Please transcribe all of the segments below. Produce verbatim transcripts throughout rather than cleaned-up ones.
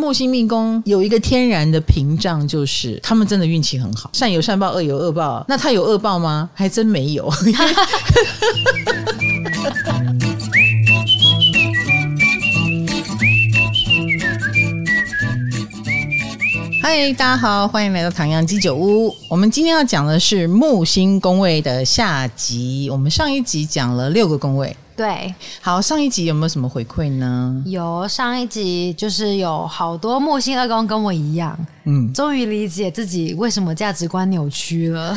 木星命宫有一个天然的屏障，就是他们真的运气很好，善有善报，恶有恶报。那他有恶报吗？还真没有。嗨，大家好，欢迎来到唐阳鸡酒屋。我们今天要讲的是木星宫位的下集。我们上一集讲了六个宫位， 对， 好，上一集有没有什么回馈呢？ 有，上一集就是有好多木星二宫跟我一样，嗯，终于理解自己为什么价值观扭曲了。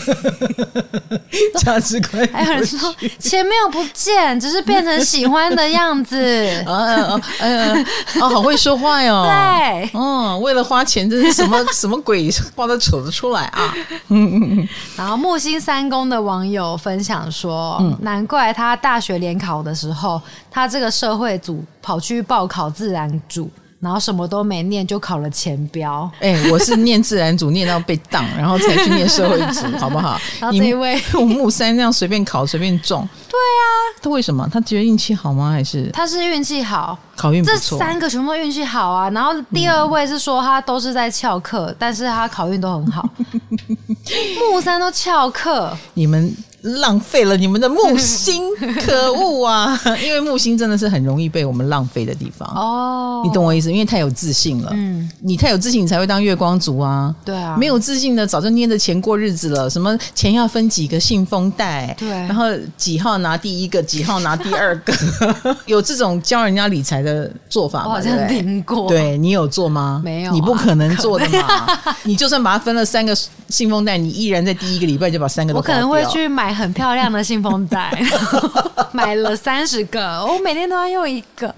价值观扭曲， 还有人说钱没有不见，只是变成喜欢的样子。 啊啊啊！哦，好会说话哟。 对， 嗯，为了花钱，真是什么什么鬼话都扯得出来啊。嗯嗯嗯。 然后木星三宫的网友分享说，嗯，难怪他大学联考的时候，他这个社会组跑去报考自然组，然后什么都没念就考了前标。 哎、欸，我是念自然组念到被当，然后才去念社会组，好不好？ 然后这一位我木三这样随便考随便中， 对啊， 他为什么？他觉得运气好吗？还是他是运气好？ 考运不错， 这三个全部都运气好啊。然后第二位是说他都是在翘课，嗯、但是他考运都很好。木三都翘课， 你们浪费了你们的木星，可恶啊！因为木星真的是很容易被我们浪费的地方哦，你懂我意思？因为太有自信了，嗯，你太有自信，你才会当月光族啊。 对啊， 没有自信的早就捏着钱过日子了，什么钱要分几个信封袋， 对， 然后几号拿第一个，几号拿第二个，有这种教人家理财的做法吗？ 我好像听过， 对，你有做吗？ 没有、啊， 你不可能做的嘛。你就算把它分了三个信封袋，你依然在第一个礼拜就把三个都花掉。 我可能会去买很漂亮的信封袋，买了三十个，我每天都要用一个。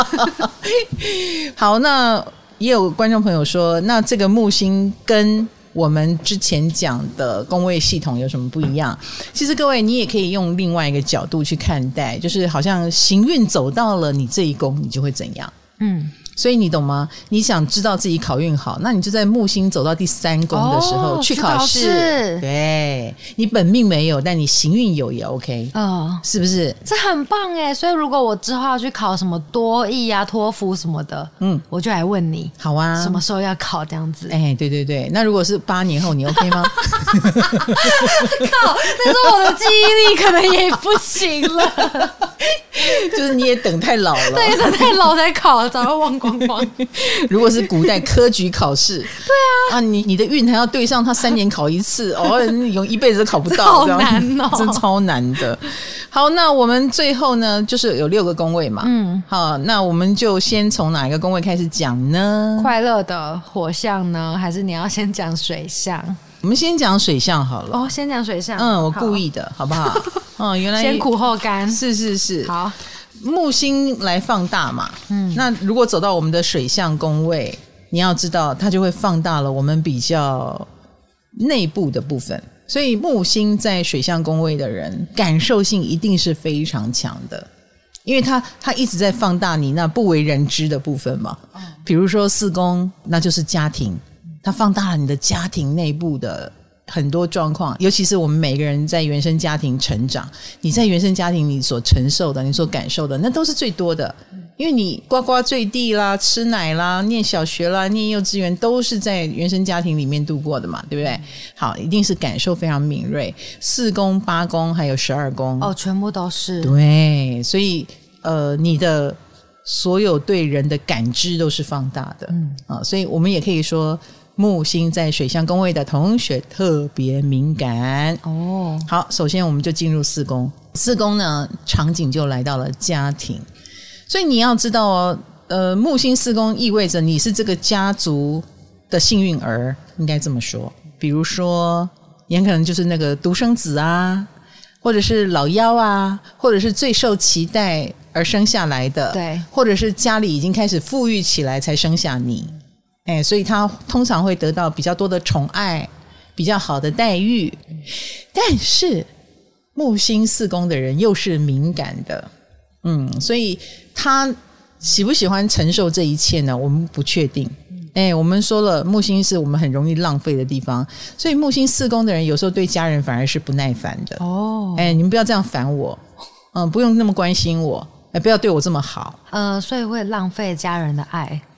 好，那也有观众朋友说，那这个木星跟我们之前讲的宫位系统有什么不一样？其实各位，你也可以用另外一个角度去看待，就是好像行运走到了你这一宫，你就会怎样？嗯。所以你懂吗？你想知道自己考运好，那你就在木星走到第三宫的时候、哦、去考试。对，你本命没有，但你行运有也 OK， 哦，是不是？ 这很棒耶！所以如果我之后要去考什么多益啊、托福什么的，嗯，我就来问你， 好啊， 什么时候要考这样子？ 哎，对对对，那如果是八年后，你 OK 吗？ 靠，那时候我的记忆力可能也不行了， 就是你也等太老了， 对，等太老才考，早就忘光。 如果是古代科举考试，对啊， 啊，你你的运还要对上他三年考一次，哦，你一辈子都考不到， 好难哦， 真超难的。好，那我们最后呢，就是有六个宫位嘛，嗯，好，那我们就先从哪一个宫位开始讲呢？ 快乐的火象呢，还是你要先讲水象？ 我们先讲水象好了。 哦，先讲水象， 嗯，我故意的，好不好？哦，原来先苦后甘， 是是是， 好。 木星来放大嘛，嗯，那如果走到我们的水象宫位，你要知道它就会放大了我们比较内部的部分，所以木星在水象宫位的人感受性一定是非常强的，因为它它一直在放大你那不为人知的部分嘛，比如说四宫，那就是家庭，它放大了你的家庭内部的很多状况，尤其是我们每个人在原生家庭成长，你在原生家庭你所承受的，你所感受的，那都是最多的，因为你呱呱坠地啦，吃奶啦，念小学啦，念幼稚园都是在原生家庭里面度过的嘛，对不对？好，一定是感受非常敏锐，四宫八宫还有十二宫哦，全部都是， 对，所以呃你的所有对人的感知都是放大的，嗯啊，所以我们也可以说木星在水象宫位的同学特别敏感哦。好，首先我们就进入四宫，四宫呢场景就来到了家庭，所以你要知道哦，呃，木星四宫意味着你是这个家族的幸运儿，应该这么说。比如说，你很可能就是那个独生子啊，或者是老幺啊，或者是最受期待而生下来的， 对，或者是家里已经开始富裕起来才生下你。哎，所以他通常会得到比较多的宠爱，比较好的待遇。但是木星四宫的人又是敏感的，嗯，所以他喜不喜欢承受这一切呢？我们不确定。哎，我们说了，木星是我们很容易浪费的地方，所以木星四宫的人有时候对家人反而是不耐烦的。哦，哎，你们不要这样烦我，嗯，不用那么关心我，哎，不要对我这么好。 呃，所以会浪费家人的爱。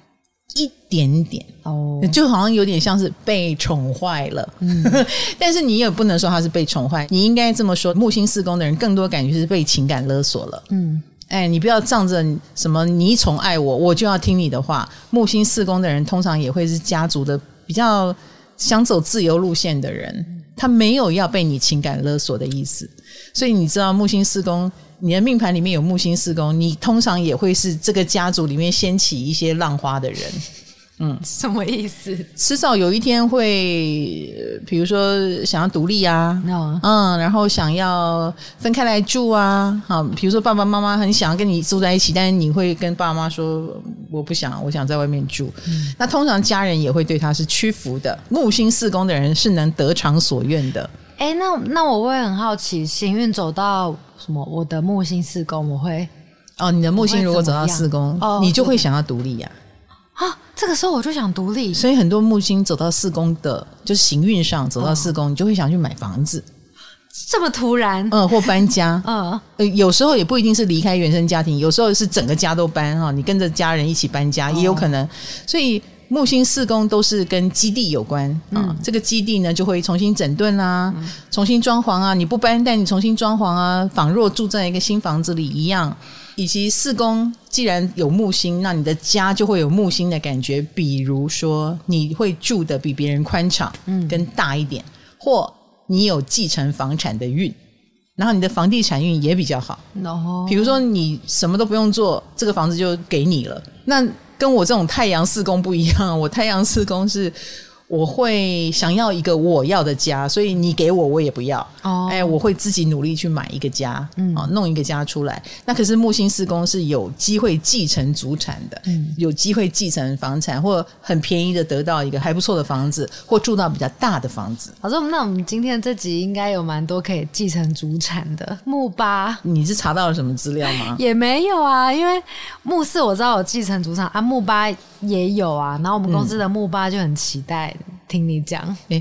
一点点哦，就好像有点像是被宠坏了，嗯、但是你也不能说他是被宠坏，你应该这么说，木星四宫的人更多感觉是被情感勒索了。嗯，哎，你不要仗着什么你宠爱我，我就要听你的话。木星四宫的人通常也会是家族的比较想走自由路线的人，他没有要被你情感勒索的意思。所以你知道木星四宫，你的命盘里面有木星四宫，你通常也会是这个家族里面掀起一些浪花的人。 嗯，什么意思？ 迟早有一天会，比如说想要独立啊， no. 嗯，然后想要分开来住啊，好，比如说爸爸妈妈很想要跟你住在一起，但是你会跟爸妈说我不想，我想在外面住。嗯、那通常家人也会对他是屈服的。木星四宫的人是能得偿所愿的。 哎、欸，那那我会很好奇，行运走到什么？我的木星四宫，我会哦，你的木星如果走到四宫，哦，你就会想要独立呀、 啊。啊，这个时候我就想独立， 所以很多木星走到四宫的，就是行运上走到四宫，哦、你就会想去买房子。 这么突然？ 嗯，或搬家。嗯、呃，有时候也不一定是离开原生家庭，有时候是整个家都搬哈，你跟着家人一起搬家、哦、也有可能。所以木星四宫都是跟基地有关啊、嗯，这个基地呢就会重新整顿啊、嗯，重新装潢啊，你不搬但你重新装潢啊，仿若住在一个新房子里一样。以及四宫既然有木星，那你的家就会有木星的感觉，比如说你会住的比别人宽敞跟大一点、嗯、或你有继承房产的运，然后你的房地产运也比较好、no. 比如说你什么都不用做，这个房子就给你了。那跟我这种太阳四宫不一样，我太阳四宫是我会想要一个我要的家，所以你给我我也不要、oh. 哎，我会自己努力去买一个家、嗯哦、弄一个家出来。那可是木星四宫是有机会继承祖产的、嗯、有机会继承房产，或很便宜的得到一个还不错的房子，或住到比较大的房子。 老师，那我们今天这集应该有蛮多可以继承祖产的。木八， 你是查到了什么资料吗？ 也没有啊，因为木四我知道有继承祖产啊，木八也有啊，然后我们公司的木八就很期待、嗯听你讲、欸、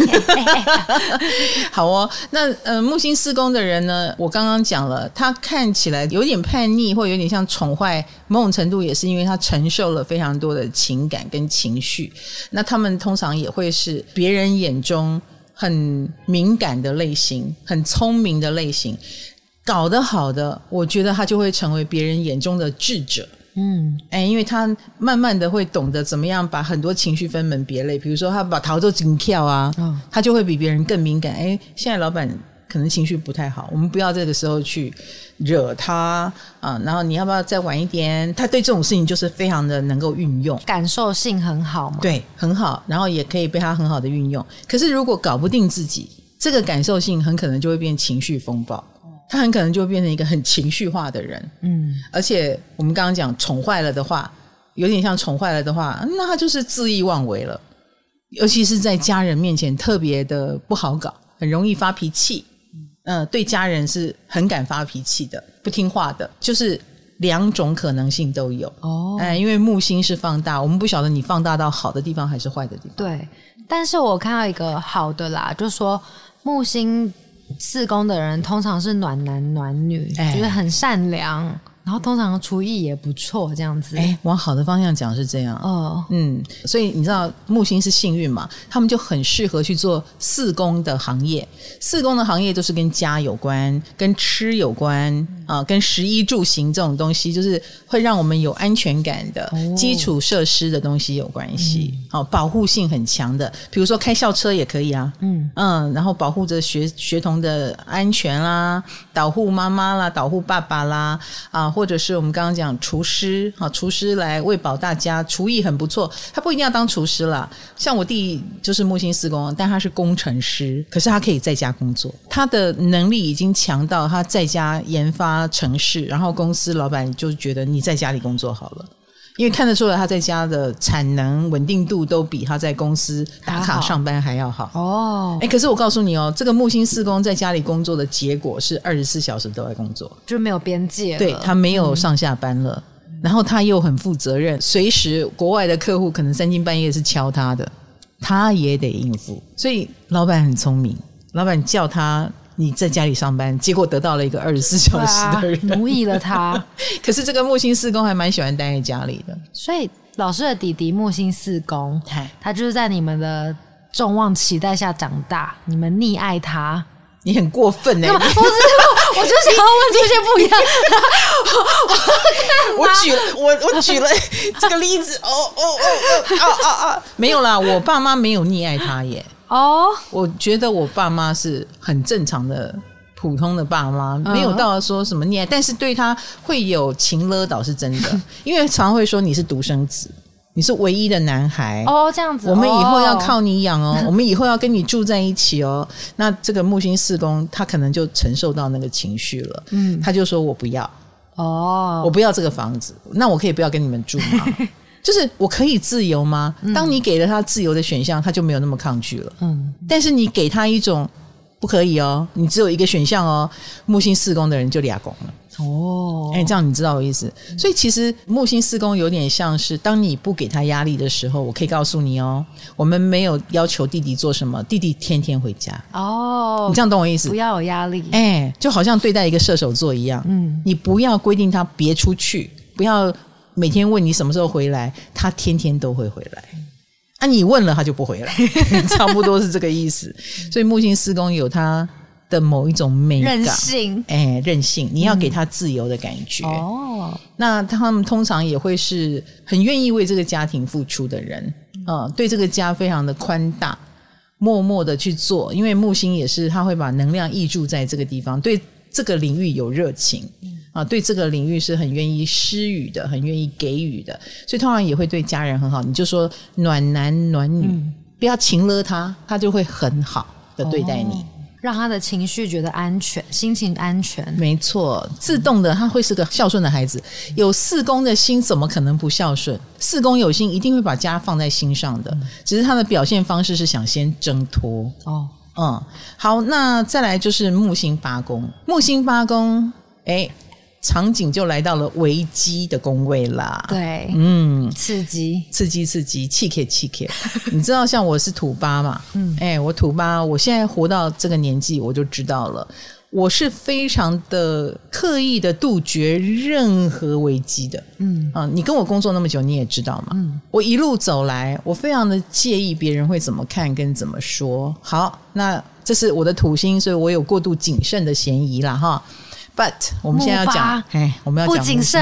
好哦。那呃，木星四宫的人呢，我刚刚讲了，他看起来有点叛逆，或有点像宠坏，某种程度也是因为他承受了非常多的情感跟情绪。那他们通常也会是别人眼中很敏感的类型，很聪明的类型，搞得好的，我觉得他就会成为别人眼中的智者。嗯，哎，因为他慢慢的会懂得怎么样把很多情绪分门别类，比如说他把头都紧跳啊、哦，他就会比别人更敏感。哎，现在老板可能情绪不太好，我们不要这个时候去惹他啊，然后你要不要再晚一点？他对这种事情就是非常的能够运用， 感受性很好嘛， 对，很好，然后也可以被他很好的运用。可是如果搞不定自己，这个感受性很可能就会变情绪风暴。他很可能就会变成一个很情绪化的人，嗯，而且我们刚刚讲宠坏了的话，有点像宠坏了的话，那他就是恣意妄为了，尤其是在家人面前特别的不好搞，很容易发脾气，嗯、呃，对家人是很敢发脾气的，不听话的，就是两种可能性都有哦。哎，因为木星是放大，我们不晓得你放大到好的地方还是坏的地方。 对，但是我看到一个好的啦，就是说木星四宫的人通常是暖男暖女，哎、就是很善良，然后通常厨艺也不错，这样子。 哎，往好的方向讲是这样。哦，嗯，所以你知道木星是幸运嘛，他们就很适合去做四宫的行业。四宫的行业都是跟家有关，跟吃有关啊、呃，跟食衣住行这种东西，就是会让我们有安全感的、哦、基础设施的东西有关系。好、嗯哦，保护性很强的，比如说开校车也可以啊。嗯嗯，然后保护着学学童的安全啦，导护妈妈啦，导护爸爸啦，啊。或者是我们刚刚讲厨师，好，厨师来喂饱大家，厨艺很不错，他不一定要当厨师啦。像我弟就是木星四宫，但他是工程师，可是他可以在家工作，他的能力已经强到他在家研发程式，然后公司老板就觉得你在家里工作好了。因为看得出来他在家的产能稳定度都比他在公司打卡上班还要好哦。哎，可是我告诉你哦，这个木星四宫在家里工作的结果是二十四小时都在工作， 就没有边界了， 对，他没有上下班了、嗯、然后他又很负责任，随时国外的客户可能三更半夜是敲他的，他也得应付。所以老板很聪明，老板叫他你在家里上班，结果得到了一个二十四小时的人、 啊、奴役了他。 可是这个木星四宫还蛮喜欢待在家里的， 所以老师的弟弟木星四宫，他就是在你们的众望期待下长大，你们溺爱他。 你很过分欸！ 我知道，我就想要问出些不一样。 我举了，我我举了这个例子。哦哦哦哦啊啊啊！没有啦，我爸妈没有溺爱他耶。哦，我觉得我爸妈是很正常的。普通的爸妈没有到说什么溺爱，但是对他会有情勒倒是真的，因为常会说你是独生子，你是唯一的男孩哦，这样子， 我们以后要靠你养哦，我们以后要跟你住在一起哦。那这个木星四宫，他可能就承受到那个情绪了，嗯，他就说我不要哦，我不要这个房子，那我可以不要跟你们住吗？就是我可以自由吗？当你给了他自由的选项，他就没有那么抗拒了，嗯，但是你给他一种。不可以哦，你只有一个选项哦。木星四宫的人就俩拱了哦，哎，这样你知道我意思？所以其实木星四宫有点像是，当你不给他压力的时候，我可以告诉你哦，我们没有要求弟弟做什么，弟弟天天回家哦。你这样懂我意思？ 不要有压力， 哎，就好像对待一个射手座一样，嗯，你不要规定他别出去，不要每天问你什么时候回来，他天天都会回来。啊，你问了他就不回来，差不多是这个意思。所以木星四宫有他的某一种美感， 任性， 哎，任性，你要给他自由的感觉。嗯、哦，那他们通常也会是很愿意为这个家庭付出的人，嗯、呃，对这个家非常的宽大，默默的去做。因为木星也是他会把能量挹注在这个地方，对这个领域有热情。啊，对这个领域是很愿意施予的，很愿意给予的，所以通常也会对家人很好。你就说暖男暖女，嗯、不要情勒他，他就会很好的对待你，哦、 让他的情绪觉得安全，心情安全。 没错，自动的他会是个孝顺的孩子。有四宫的心，怎么可能不孝顺？四宫有心，一定会把家放在心上的，嗯、只是他的表现方式是想先挣脱。哦，嗯，好，那再来就是木星八宫，木星八宫，哎。场景就来到了危机的宫位啦， 对，嗯，刺激， 刺激，刺激，气 K 气 K。你知道，像我是土八嘛，嗯，哎、欸，我土八，我现在活到这个年纪，我就知道了，我是非常的刻意的杜绝任何危机的，嗯啊，你跟我工作那么久，你也知道嘛，嗯，我一路走来，我非常的介意别人会怎么看跟怎么说。好，那这是我的土星，所以我有过度谨慎的嫌疑啦，哈。But 我们现在要讲，哎，我们要讲不谨慎，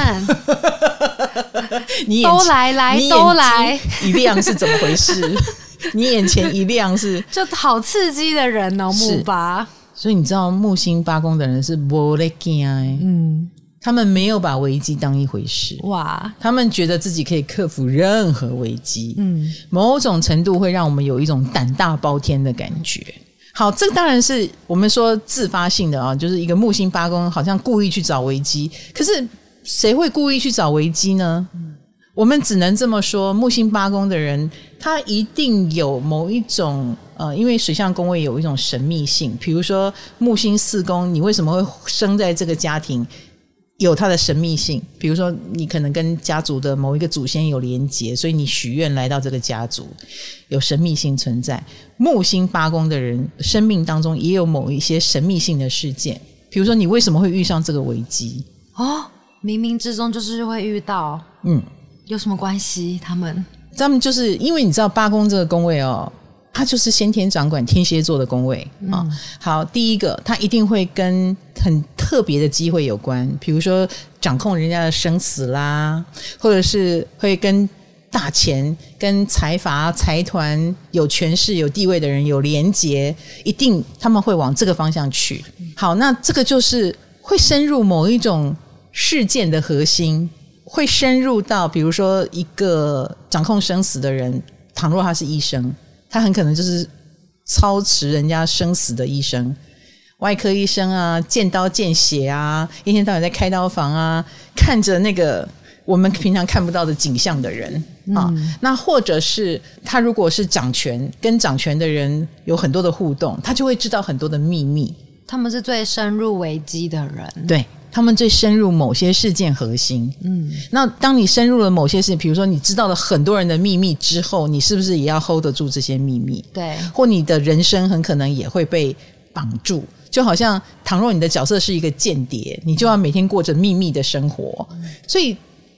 你都来来都来， 一亮是怎么回事？你眼前一亮是就好刺激的人哦，木八。 所以你知道木星八宫的人是没在怕的，嗯，他们没有把危机当一回事，哇，他们觉得自己可以克服任何危机，嗯，某种程度会让我们有一种胆大包天的感觉。好，这个当然是我们说自发性的啊，就是一个木星八宫好像故意去找危机，可是谁会故意去找危机呢？嗯、我们只能这么说，木星八宫的人他一定有某一种呃，因为水象宫位有一种神秘性，比如说木星四宫，你为什么会生在这个家庭？有它的神秘性，比如说你可能跟家族的某一个祖先有连结，所以你许愿来到这个家族，有神秘性存在。木星八宫的人生命当中也有某一些神秘性的事件，比如说你为什么会遇上这个危机？ 哦，冥冥之中就是会遇到，嗯，有什么关系？他们他们就是因为你知道八宫这个宫位哦，它就是先天掌管天蝎座的宫位啊、嗯。好，第一个，它一定会跟很特别的机会有关，比如说掌控人家的生死啦，或者是会跟大钱、跟财阀、财团、有权势、有地位的人有连结，一定他们会往这个方向去。好，那这个就是会深入某一种事件的核心，会深入到比如说一个掌控生死的人，倘若他是医生。他很可能就是操持人家生死的医生，外科医生啊，见刀见血啊，一天到晚在开刀房啊，看着那个我们平常看不到的景象的人、嗯、啊，那或者是他如果是掌权，跟掌权的人有很多的互动，他就会知道很多的秘密。 他们是最深入危机的人， 对。他们最深入某些事件核心，嗯，那当你深入了某些事情，比如说你知道了很多人的秘密之后，你是不是也要 hold 得住这些秘密？ 对， 或你的人生很可能也会被绑住，就好像倘若你的角色是一个间谍，你就要每天过着秘密的生活。嗯、所以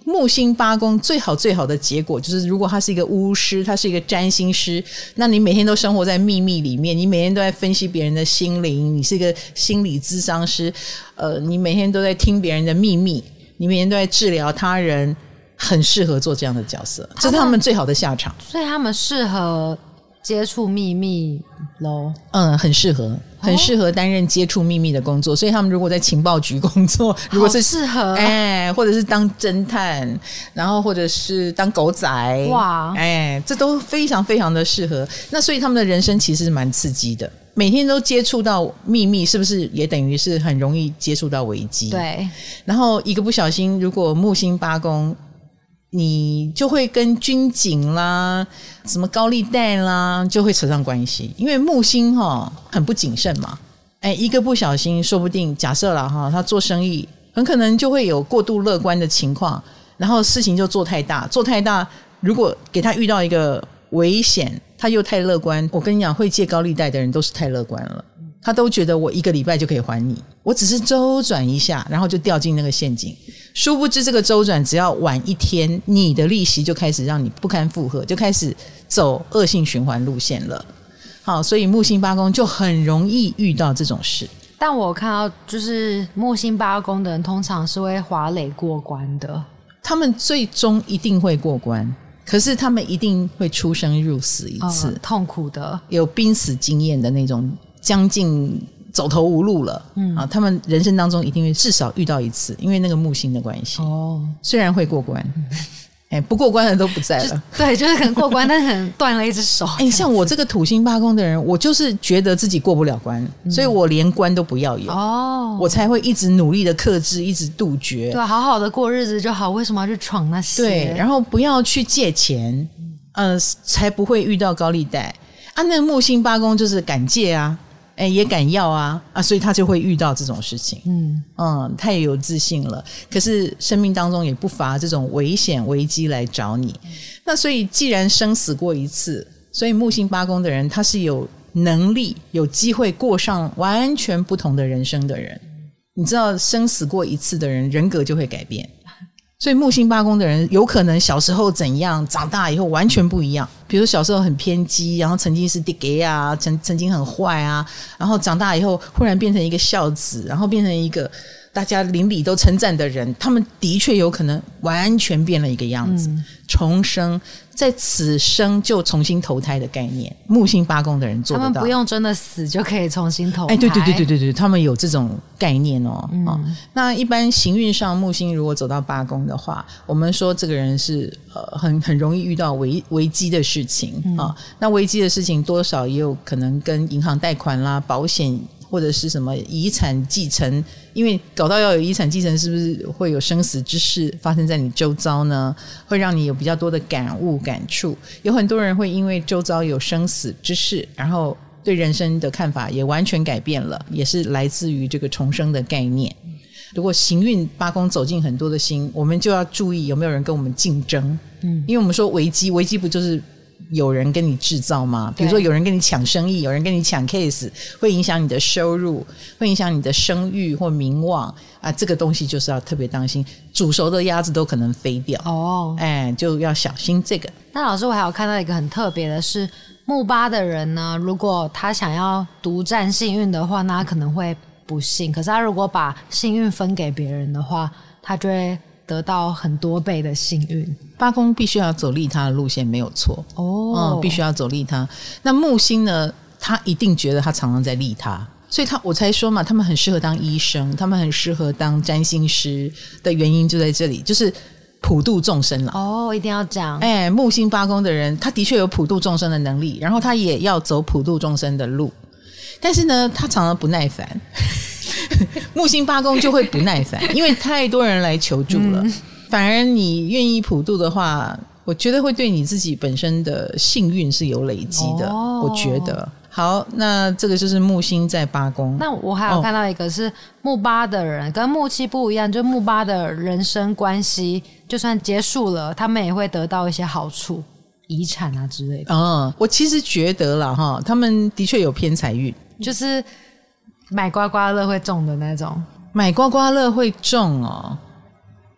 木星八宫最好最好的结果就是如果他是一个巫师，他是一个占星师，那你每天都生活在秘密里面，你每天都在分析别人的心灵，你是一个心理咨商师，呃，你每天都在听别人的秘密，你每天都在治疗他人，很适合做这样的角色，这是他们最好的下场。 所以他们适合接触秘密咯。 嗯，很适合很适合担任接触秘密的工作，所以他们如果在情报局工作，如果是适合哎，或者是当侦探，然后或者是当狗仔，哇，哎，这都非常非常的适合。那所以他们的人生其实是蛮刺激的，每天都接触到秘密，是不是也等于是很容易接触到危机？ 对。 然后一个不小心，如果木星八宫，你就会跟军警啦、什么高利贷啦，就会扯上关系，因为木星哈很不谨慎嘛，哎，一个不小心，说不定假设啦哈，他做生意很可能就会有过度乐观的情况，然后事情就做太大，做太大，如果给他遇到一个危险，他又太乐观，我跟你讲，会借高利贷的人都是太乐观了。他都觉得我一个礼拜就可以还你，我只是周转一下，然后就掉进那个陷阱。殊不知这个周转只要晚一天，你的利息就开始让你不堪负荷，就开始走恶性循环路线了。好，所以木星八宫就很容易遇到这种事。 但我看到就是木星八宫的人通常是会滑垒过关的， 他们最终一定会过关，可是他们一定会出生入死一次， 嗯、痛苦的， 有濒死经验的那种，将近走投无路了、嗯、啊！他们人生当中一定会至少遇到一次，因为那个木星的关系。哦，虽然会过关，哎、嗯，不过关的都不在了。 对，就是可能过关，但是可能断了一只手。 哎，像我这个土星八宫的人，我就是觉得自己过不了关，嗯、所以我连关都不要有。哦，我才会一直努力的克制，一直杜绝。 对、啊，好好的过日子就好，为什么要去闯那些？ 对，然后不要去借钱，呃，才不会遇到高利贷啊。那木星八宫就是敢借啊。哎，也敢要啊啊，所以他就会遇到这种事情。嗯嗯，太有自信了。可是生命当中也不乏这种危险危机来找你。那所以既然生死过一次，所以木星八宫的人他是有能力、有机会过上完全不同的人生的人。你知道，生死过一次的人，人格就会改变。所以木星八宫的人有可能小时候怎样，长大以后完全不一样。比如小时候很偏激，然后曾经是地给啊，曾曾经很坏啊，然后长大以后忽然变成一个孝子，然后变成一个大家邻里都称赞的人，他们的确有可能完全变了一个样子，嗯、重生，在此生就重新投胎的概念。木星八宫的人做得到， 他们不用真的死就可以重新投胎。 哎，对对对对对对，他们有这种概念哦。嗯哦那一般行运上，木星如果走到八宫的话，我们说这个人是呃很很容易遇到危危机的事情啊、嗯哦。那危机的事情多少也有可能跟银行贷款啦、保险。或者是什么遗产继承，因为搞到要有遗产继承，是不是会有生死之事发生在你周遭呢？会让你有比较多的感悟感触。有很多人会因为周遭有生死之事，然后对人生的看法也完全改变了，也是来自于这个重生的概念。如果行运八宫走进很多的星，我们就要注意有没有人跟我们竞争。嗯，因为我们说危机，危机不就是有人跟你制造吗？比如说有人跟你抢生意，有人跟你抢 case， 会影响你的收入，会影响你的声誉或名望啊，这个东西就是要特别当心，煮熟的鸭子都可能飞掉哦，哎，就要小心这个。 那老师，我还有看到一个很特别的是，木八的人呢，如果他想要独占幸运的话，那他可能会不幸，可是他如果把幸运分给别人的话，他就会得到很多倍的幸运。 八宫必须要走利他的路线，没有错哦、嗯，必须要走利他。那木星呢，他一定觉得他常常在利他，所以他我才说嘛，他们很适合当医生，他们很适合当占星师的原因就在这里，就是普度众生了。 哦，一定要讲， 哎，木星八宫的人，他的确有普度众生的能力，然后他也要走普度众生的路，但是呢，他常常不耐烦。木星八宫就会不耐烦，因为太多人来求助了、嗯、反而你愿意普度的话，我觉得会对你自己本身的幸运是有累积的、哦、我觉得。好，那这个就是木星在八宫。 那我还有看到一个是木八的人、哦、跟木七不一样，就木八的人生关系就算结束了，他们也会得到一些好处，遗产啊之类的。 嗯，我其实觉得啦哈，他们的确有偏财运， 就是买刮刮乐会中的那种。 买刮刮乐会中哦，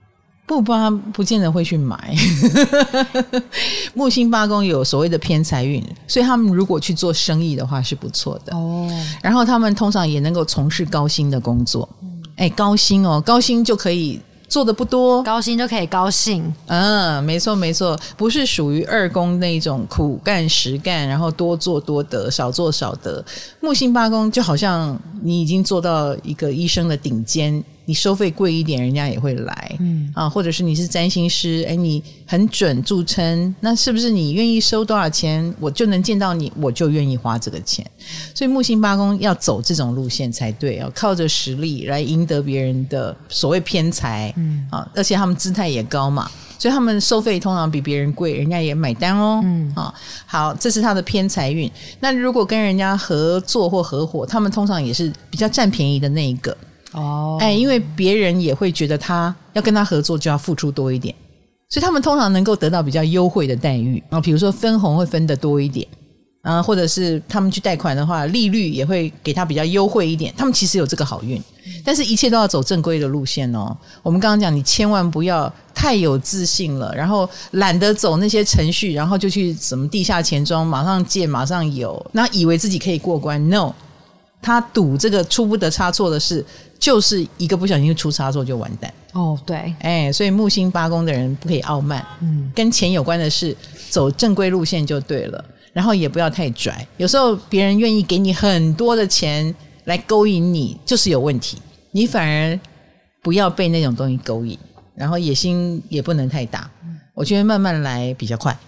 不八不见得会去买木星八宫有所谓的偏财运，所以他们如果去做生意的话是不错的哦。然后他们通常也能够从事高薪的工作，哎、嗯，高薪哦，高薪就可以做的不多， 高薪就可以高兴。 嗯，没错没错，不是属于二宫那种苦干实干，然后多做多得，少做少得。木星八宫就好像你已经做到一个医生的顶尖，你收费贵一点人家也会来，嗯啊，或者是你是占星师，哎，你很准著称，那是不是你愿意收多少钱我就能见到你，我就愿意花这个钱。所以木星八宫要走这种路线才对，要靠着实力来赢得别人的所谓偏财，嗯啊，而且他们姿态也高嘛，所以他们收费通常比别人贵，人家也买单哦。嗯啊，好，这是他的偏财运。那如果跟人家合作或合伙，他们通常也是比较占便宜的那一个。哦，哎，因为别人也会觉得他要跟他合作就要付出多一点，所以他们通常能够得到比较优惠的待遇啊，比如说分红会分得多一点啊，或者是他们去贷款的话，利率也会给他比较优惠一点。他们其实有这个好运，但是一切都要走正规的路线哦。我们刚刚讲，你千万不要太有自信了，然后懒得走那些程序，然后就去什么地下钱庄马上借马上有，那以为自己可以过关。 No， 他赌这个出不得差错的事，就是一个不小心出差错就完蛋。 哦，对， 哎，所以木星八宫的人不可以傲慢，嗯，跟钱有关的事走正规路线就对了，然后也不要太拽。有时候别人愿意给你很多的钱来勾引你，就是有问题，你反而不要被那种东西勾引，然后野心也不能太大，我觉得慢慢来比较快。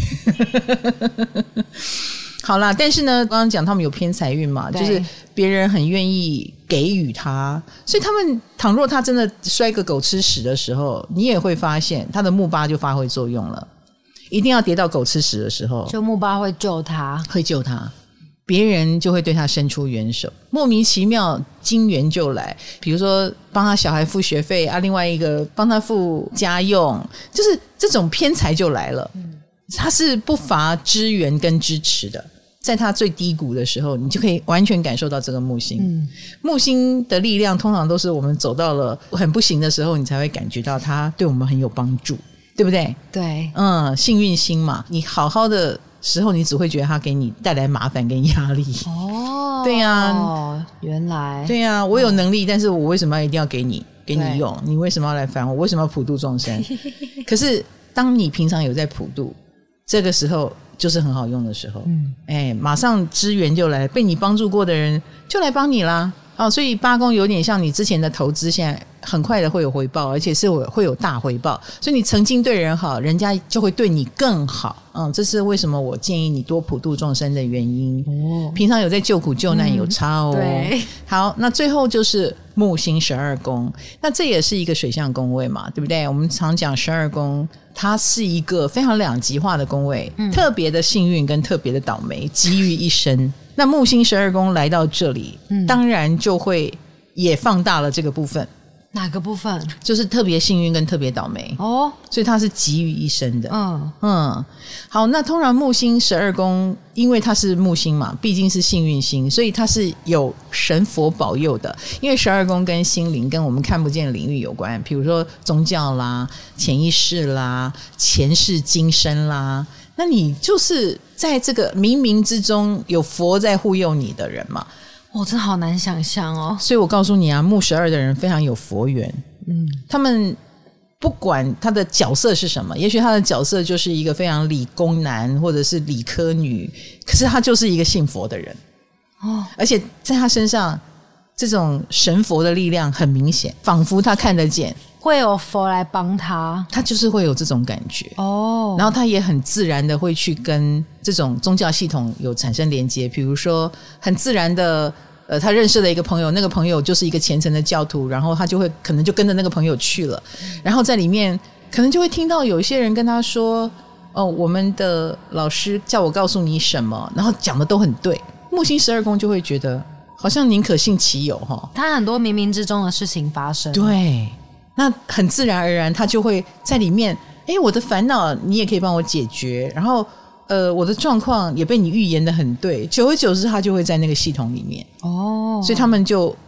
好啦，但是呢，刚刚讲他们有偏财运嘛，就是别人很愿意给予他，所以他们倘若他真的摔个狗吃屎的时候，你也会发现他的木八就发挥作用了。一定要跌到狗吃屎的时候， 就木八会救他， 会救他，别人就会对他伸出援手，莫名其妙金援就来，比如说帮他小孩付学费啊，另外一个帮他付家用，就是这种偏财就来了。嗯，他是不乏支援跟支持的，在他最低谷的时候，你就可以完全感受到这个木星。嗯，木星的力量通常都是我们走到了很不行的时候，你才会感觉到他对我们很有帮助，对不对？ 对， 嗯，幸运星嘛，你好好的时候，你只会觉得他给你带来麻烦跟压力。哦，对呀、啊， 哦，原来， 对呀、啊，我有能力、嗯，但是我为什么要一定要给你给你用？你为什么要来烦我？为什么要普度众生？可是当你平常有在普度，这个时候就是很好用的时候，嗯，哎，马上支援就来，被你帮助过的人就来帮你啦。哦，所以八宫有点像你之前的投资，现在很快的会有回报，而且是会有大回报。所以你曾经对人好，人家就会对你更好。嗯，这是为什么我建议你多普度众生的原因。哦，平常有在救苦救难有差哦。嗯、对，好，那最后就是木星十二宫，那这也是一个水象宫位嘛，对不对？我们常讲十二宫，它是一个非常两极化的宫位，嗯、特别的幸运跟特别的倒霉集于一身。那木星十二宫来到这里、嗯、当然就会也放大了这个部分。 哪个部分？ 就是特别幸运跟特别倒霉哦，所以它是集于一身的。嗯嗯，好，那通常木星十二宫，因为它是木星嘛，毕竟是幸运星，所以它是有神佛保佑的。因为十二宫跟心灵跟我们看不见的领域有关，比如说宗教啦、潜意识啦、前世今生啦，那你就是在这个冥冥之中有佛在护佑你的人嘛。 我、哦、真好难想象哦， 所以我告诉你啊，木十二的人非常有佛缘。嗯，他们不管他的角色是什么，也许他的角色就是一个非常理工男或者是理科女，可是他就是一个信佛的人哦，而且在他身上这种神佛的力量很明显，仿佛他看得见， 会有佛来帮他， 他就是会有这种感觉哦。然后他也很自然的会去跟这种宗教系统有产生连接，比如说很自然的呃，他认识了一个朋友，那个朋友就是一个虔诚的教徒，然后他就会可能就跟着那个朋友去了，然后在里面可能就会听到有一些人跟他说哦，我们的老师叫我告诉你什么，然后讲的都很对。木星十二宫就会觉得好像宁可信其有齁， 他很多冥冥之中的事情发生， 对，那很自然而然他就会在里面，诶，我的烦恼你也可以帮我解决，然后呃，我的状况也被你预言的很对，久而久之他就会在那个系统里面哦，所以他们就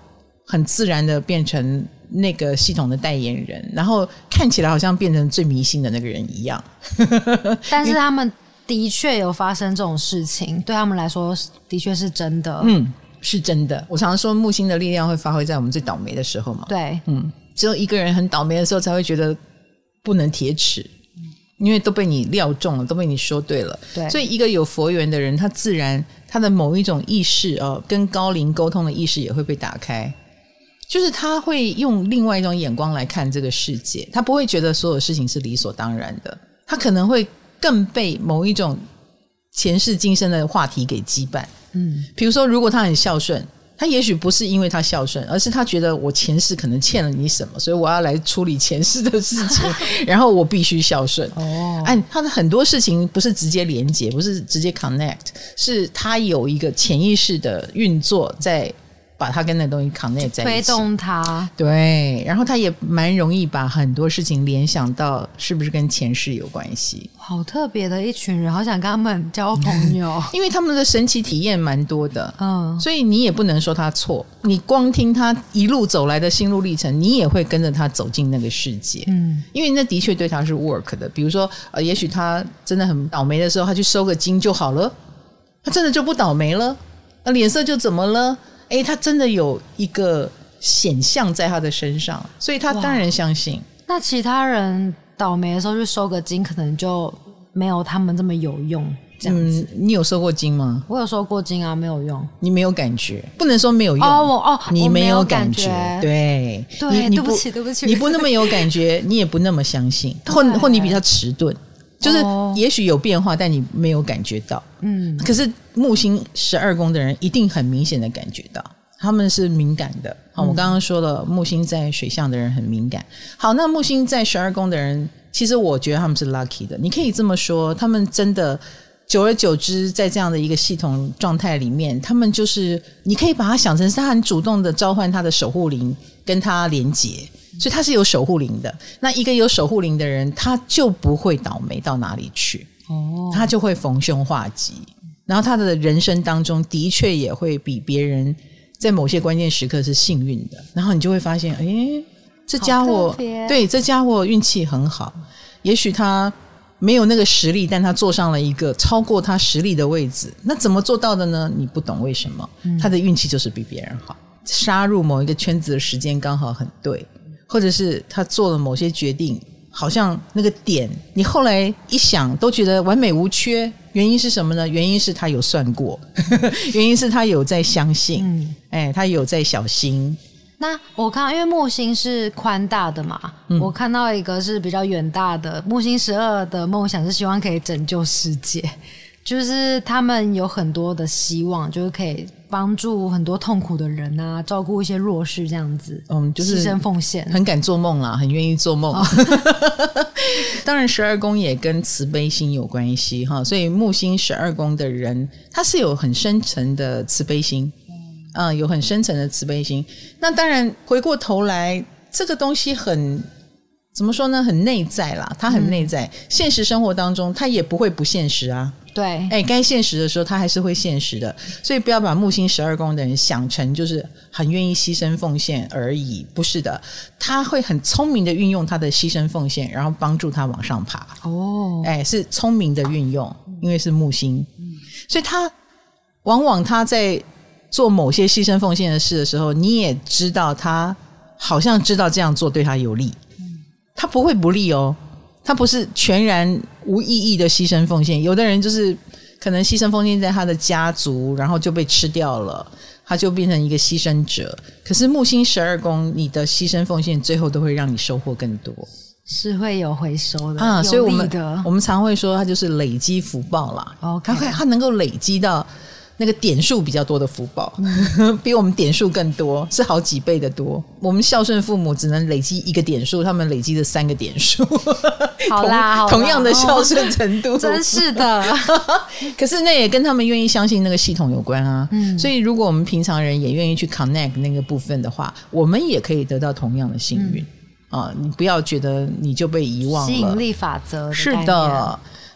很自然的变成那个系统的代言人，然后看起来好像变成最迷信的那个人一样。 但是他们的确有发生这种事情，对他们来说的确是真的。 嗯，是真的。我常说木星的力量会发挥在我们最倒霉的时候嘛。 对， 嗯，只有一个人很倒霉的时候才会觉得不能铁齿，因为都被你料中了，都被你说对了。 对， 所以一个有佛缘的人，他自然他的某一种意识哦，跟高灵沟通的意识也会被打开。就是他会用另外一种眼光来看这个世界，他不会觉得所有事情是理所当然的，他可能会更被某一种前世今生的话题给羁绊。嗯，比如说如果他很孝顺，他也许不是因为他孝顺，而是他觉得我前世可能欠了你什么，所以我要来处理前世的事情然后我必须孝顺。哦，哎，他的很多事情不是直接连接，不是直接 connect， 是他有一个潜意识的运作在把它跟那东西 connect 在一起， 推动它。 对，然后他也蛮容易把很多事情联想到是不是跟前世有关系。 好特别的一群人，好想跟他们交朋友因为他们的神奇体验蛮多的， 嗯， 所以你也不能说他错，你光听他一路走来的心路历程，你也会跟着他走进那个世界。嗯，因为那的确对他是 work 的。比如说呃，也许他真的很倒霉的时候，他去收个金就好了，他真的就不倒霉了，脸色就怎么了，诶，他真的有一个显象在他的身上，所以他当然相信。 那其他人倒霉的时候去收个金，可能就没有他们这么有用这样子。嗯， 你有收过金吗？ 我有收过金啊，没有用。 你没有感觉，不能说没有用哦，我哦， 你没有感觉，对对，对不起对不起， 你不那么有感觉你也不那么相信或或你比较迟钝，就是也许有变化但你没有感觉到。嗯，可是木星十二宫的人一定很明显的感觉到，他们是敏感的。好，我刚刚说了木星在水象的人很敏感。好，那木星在十二宫的人，其实我觉得他们是 lucky 的，你可以这么说，他们真的久而久之在这样的一个系统状态里面，他们就是你可以把它想成是他很主动的召唤他的守护灵跟他连结，所以他是有守护灵的。那一个有守护灵的人，他就不会倒霉到哪里去，哦，他就会逢凶化吉，然后他的人生当中的确也会比别人在某些关键时刻是幸运的，然后你就会发现，诶，这家伙对这家伙运气很好，也许他没有那个实力，但他坐上了一个超过他实力的位置。那怎么做到的呢？你不懂为什么，他的运气就是比别人好，杀入某一个圈子的时间刚好很对，或者是他做了某些决定，好像那个点你后来一想都觉得完美无缺。原因是什么呢？原因是他有算过原因是他有在相信，嗯，哎，他有在小心。 那我看到因为木星是宽大的嘛，嗯，我看到一个是比较远大的，木星十二的梦想是希望可以拯救世界，就是他们有很多的希望，就是可以帮助很多痛苦的人啊，照顾一些弱势这样子，嗯，就是牺牲奉献， 很敢做梦啦，很愿意做梦。哦，当然十二宫也跟慈悲心有关系哈，所以木星十二宫的人他是有很深层的慈悲心，嗯，有很深层的慈悲心。那当然回过头来这个东西很怎么说呢，很内在啦，它很内在，嗯，现实生活当中它也不会不现实啊， 对， 哎，该现实的时候它还是会现实的，所以不要把木星十二宫的人想成就是很愿意牺牲奉献而已，不是的，他会很聪明的运用他的牺牲奉献，然后帮助他往上爬。哦，哎，是聪明的运用，因为是木星，嗯，所以他往往他在做某些牺牲奉献的事的时候，你也知道他好像知道这样做对他有利，他不会不利哦，他不是全然无意义的牺牲奉献。有的人就是可能牺牲奉献在他的家族，然后就被吃掉了，他就变成一个牺牲者。可是木星十二宫，你的牺牲奉献最后都会让你收获更多， 是会有回收的啊。所以我们的我们常会说，它就是累积福报啦。 Okay. 它它能够累积到那个点数比较多的福报，嗯，比我们点数更多，是好几倍的多。我们孝顺父母只能累积一个点数，他们累积了三个点数。 好啦，好啦， 同样的孝顺程度， 哦，真是的。 可是那也跟他们愿意相信那个系统有关啊。嗯，所以如果我们平常人也愿意去 connect 那个部分的话，我们也可以得到同样的幸运，嗯，啊！你不要觉得你就被遗忘了， 吸引力法则的概念。 是的。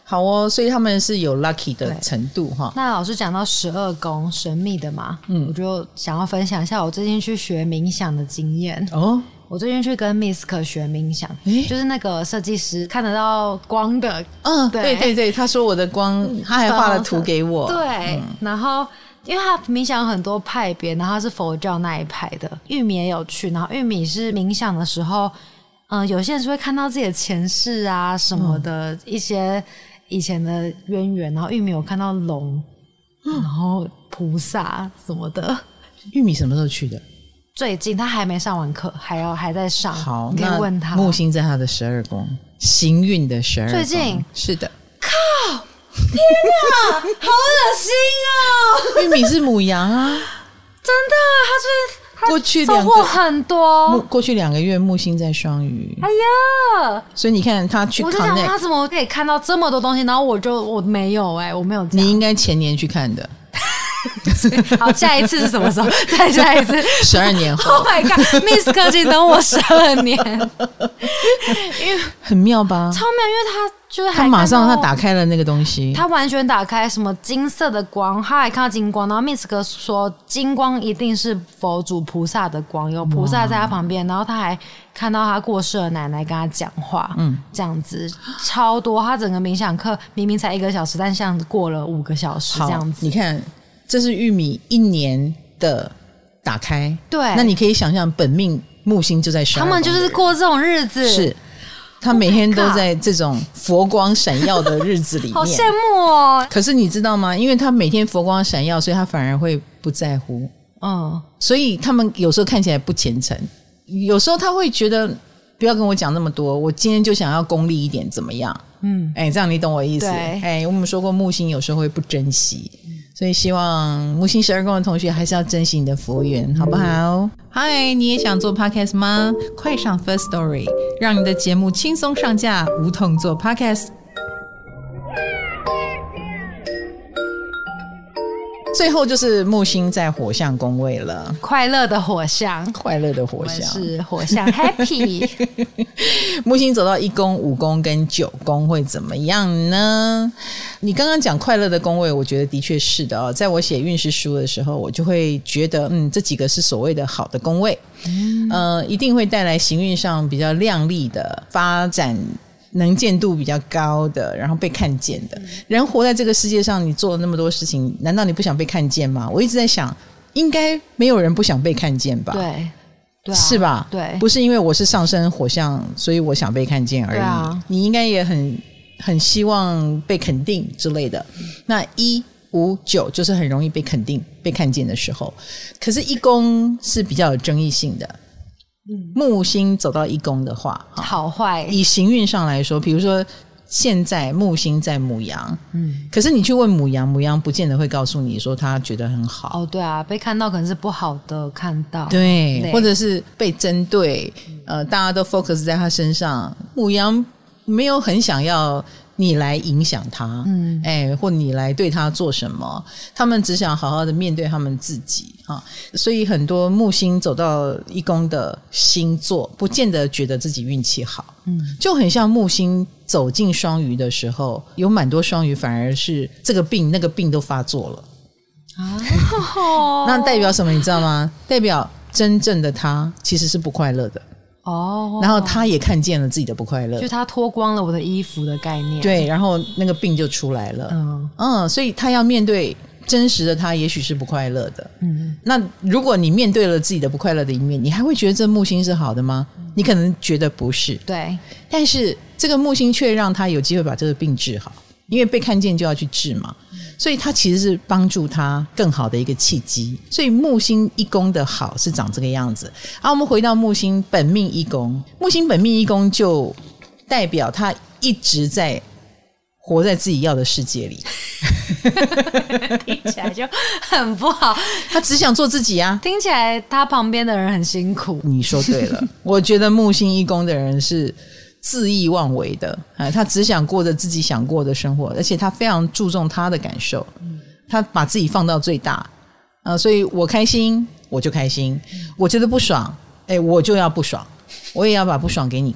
好哦，所以他们是有 lucky 的程度哈。 那老师讲到十二宫神秘的嘛，嗯，我就想要分享一下我最近去学冥想的经验哦。我最近去跟 Misk 学冥想，就是那个设计师看得到光的， 嗯，对对对对，他说我的光，他还画了图给我， 对，嗯、然后。因为他冥想有很多派别，然后他是佛教那一派的。玉米也有去，然后玉米是冥想的时候，嗯、呃，有些人是会看到自己的前世啊什么的、嗯、一些以前的渊源，然后玉米有看到龙、嗯，然后菩萨什么的。 玉米什么时候去的？ 最近他还没上完课，还要还在上。 好， 你可以问他。 木星在他的十二宫，行运的十二宫。 最近是的。 靠！天哪，好恶心哦！ 玉米是母羊啊，真的，他是过去两个收获很多。 过去两个月木星在双鱼， 哎呀， 所以你看他去 connect， 我就想他怎么可以看到这么多东西，然后我就我没有哎、欸，我没有这样。 你应该前年去看的。 好，下一次是什么时候？再下一次， 十二年后。 Oh my god，Misk 请等我十二年，因为很妙吧？ 超妙，因为他就是还他马上他打开了那个东西， 他完全打开什么金色的光，他还看到金光，然后 Misk 说金光一定是佛祖菩萨的光，有菩萨在他旁边，然后他还看到他过世的奶奶跟他讲话，嗯，这样子超多。他整个冥想课明明才一个小时，但像过了五个小时这样子。 你看。这是玉米一年的打开， 对， 那你可以想象本命木星就在十二宫， 他们就是过这种日子， 是他每天都在这种佛光闪耀的日子里面， 好羡慕哦。 可是你知道吗？因为他每天佛光闪耀，所以他反而会不在乎，嗯，所以他们有时候看起来不虔诚，有时候他会觉得不要跟我讲那么多，我今天就想要功利一点，怎么样？嗯，哎，这样你懂我意思？哎，我们说过木星有时候会不珍惜。所以希望木星十二宫的同学还是要珍惜你的佛缘，好不好？嗨，你也想做 podcast 吗？快上 First Story， 让你的节目轻松上架，无痛做 podcast。最后就是木星在火象宫位了， 快乐的火象， 快乐的火象是火象 happy。 木星走到一宫、五宫跟九宫会怎么样呢？你刚刚讲快乐的宫位，我觉得的确是的哦。在我写运势书的时候，我就会觉得，嗯，这几个是所谓的好的宫位，嗯，呃，一定会带来行运上比较亮丽的发展。能见度比较高的，然后被看见的人，活在这个世界上，你做了那么多事情，难道你不想被看见吗？我一直在想，应该没有人不想被看见吧？ 对，对啊、 是吧？ 对， 不是因为我是上升火象，所以我想被看见而已。 啊、 你应该也很很希望被肯定之类的。那一五九就是很容易被肯定、被看见的时候，可是一宫是比较有争议性的。木星走到一宫的话， 好坏以行运上来说，比如说现在木星在牡羊，嗯，可是你去问牡羊，牡羊不见得会告诉你说他觉得很好。 哦，对啊，被看到可能是不好的看到， 对，或者是被针对，呃，大家都 focus 在他身上，牡羊没有很想要你来影响他，嗯，哎，或你来对他做什么，他们只想好好的面对他们自己啊。所以很多木星走到一宫的星座，不见得觉得自己运气好，嗯，就很像木星走进双鱼的时候，有蛮多双鱼反而是这个病那个病都发作了啊，那代表什么？你知道吗？代表真正的他其实是不快乐的。哦，然后他也看见了自己的不快乐， 就他脱光了我的衣服的概念， 对，然后那个病就出来了，嗯嗯，所以他要面对真实的他，也许是不快乐的，嗯，那如果你面对了自己的不快乐的一面，你还会觉得这木星是好的吗？你可能觉得不是， 对， 但是这个木星却让他有机会把这个病治好，因为被看见就要去治嘛，所以它其实是帮助他更好的一个契机。所以木星一宫的好是长这个样子。好，我们回到木星本命一宫，木星本命一宫就代表他一直在活在自己要的世界里听起来就很不好， 他只想做自己啊， 听起来他旁边的人很辛苦。 你说对了我觉得木星一宫的人是恣意妄为的，他只想过着自己想过的生活，而且他非常注重他的感受，他把自己放到最大，呃、所以我开心我就开心，我觉得不爽，哎，我就要不爽，我也要把不爽给你看，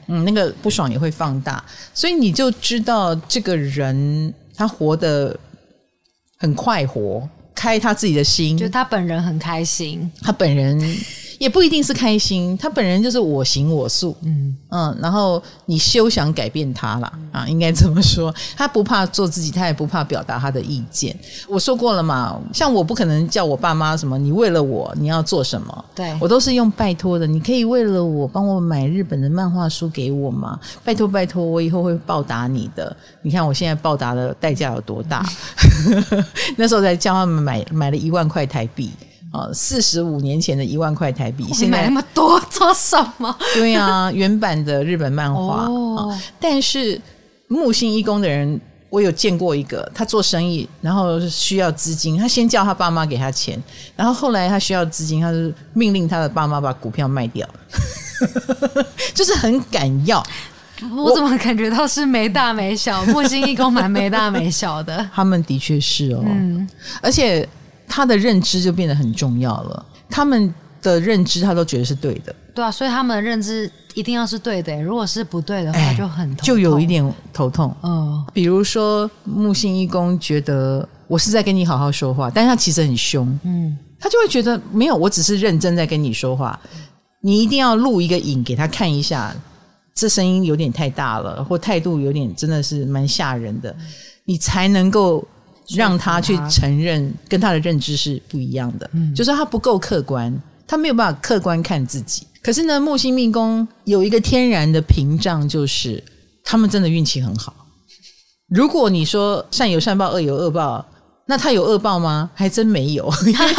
嗯，那个不爽也会放大，所以你就知道这个人他活得很快活，开他自己的心， 就他本人很开心， 他本人也不一定是开心，他本人就是我行我素，嗯嗯，然后你休想改变他啦，啊，应该这么说，他不怕做自己，他也不怕表达他的意见。我说过了嘛，像我不可能叫我爸妈什么，你为了我你要做什么， 对， 我都是用拜托的，你可以为了我帮我买日本的漫画书给我吗？拜托拜托，我以后会报答你的。你看我现在报答的代价有多大？那时候才叫他们买买了一万块台币。呃，四十五年前的一万块台币，现在买那么多做什么？ 对啊，原版的日本漫画、 哦呃、但是木星一宫的人，我有见过一个，他做生意，然后需要资金，他先叫他爸妈给他钱，然后后来他需要资金，他就命令他的爸妈把股票卖掉，就是很敢要。 我怎么感觉到是没大没小？木星一宫蛮没大没小的， 他们的确是哦， 嗯， 而且他的认知就变得很重要了，他们的认知他都觉得是对的， 对啊，所以他们的认知一定要是对的，如果是不对的话、哎、就很头痛， 就有一点头痛。 嗯， 比如说木星一宫觉得我是在跟你好好说话，但是他其实很凶，嗯，他就会觉得没有，我只是认真在跟你说话，你一定要录一个影给他看一下，这声音有点太大了，或态度有点真的是蛮吓人的，你才能够让他去承认跟他的认知是不一样的、嗯、就是他不够客观，他没有办法客观看自己。可是呢，木星命宫有一个天然的屏障，就是他们真的运气很好。如果你说善有善报恶有恶报，那他有恶报吗？还真没有。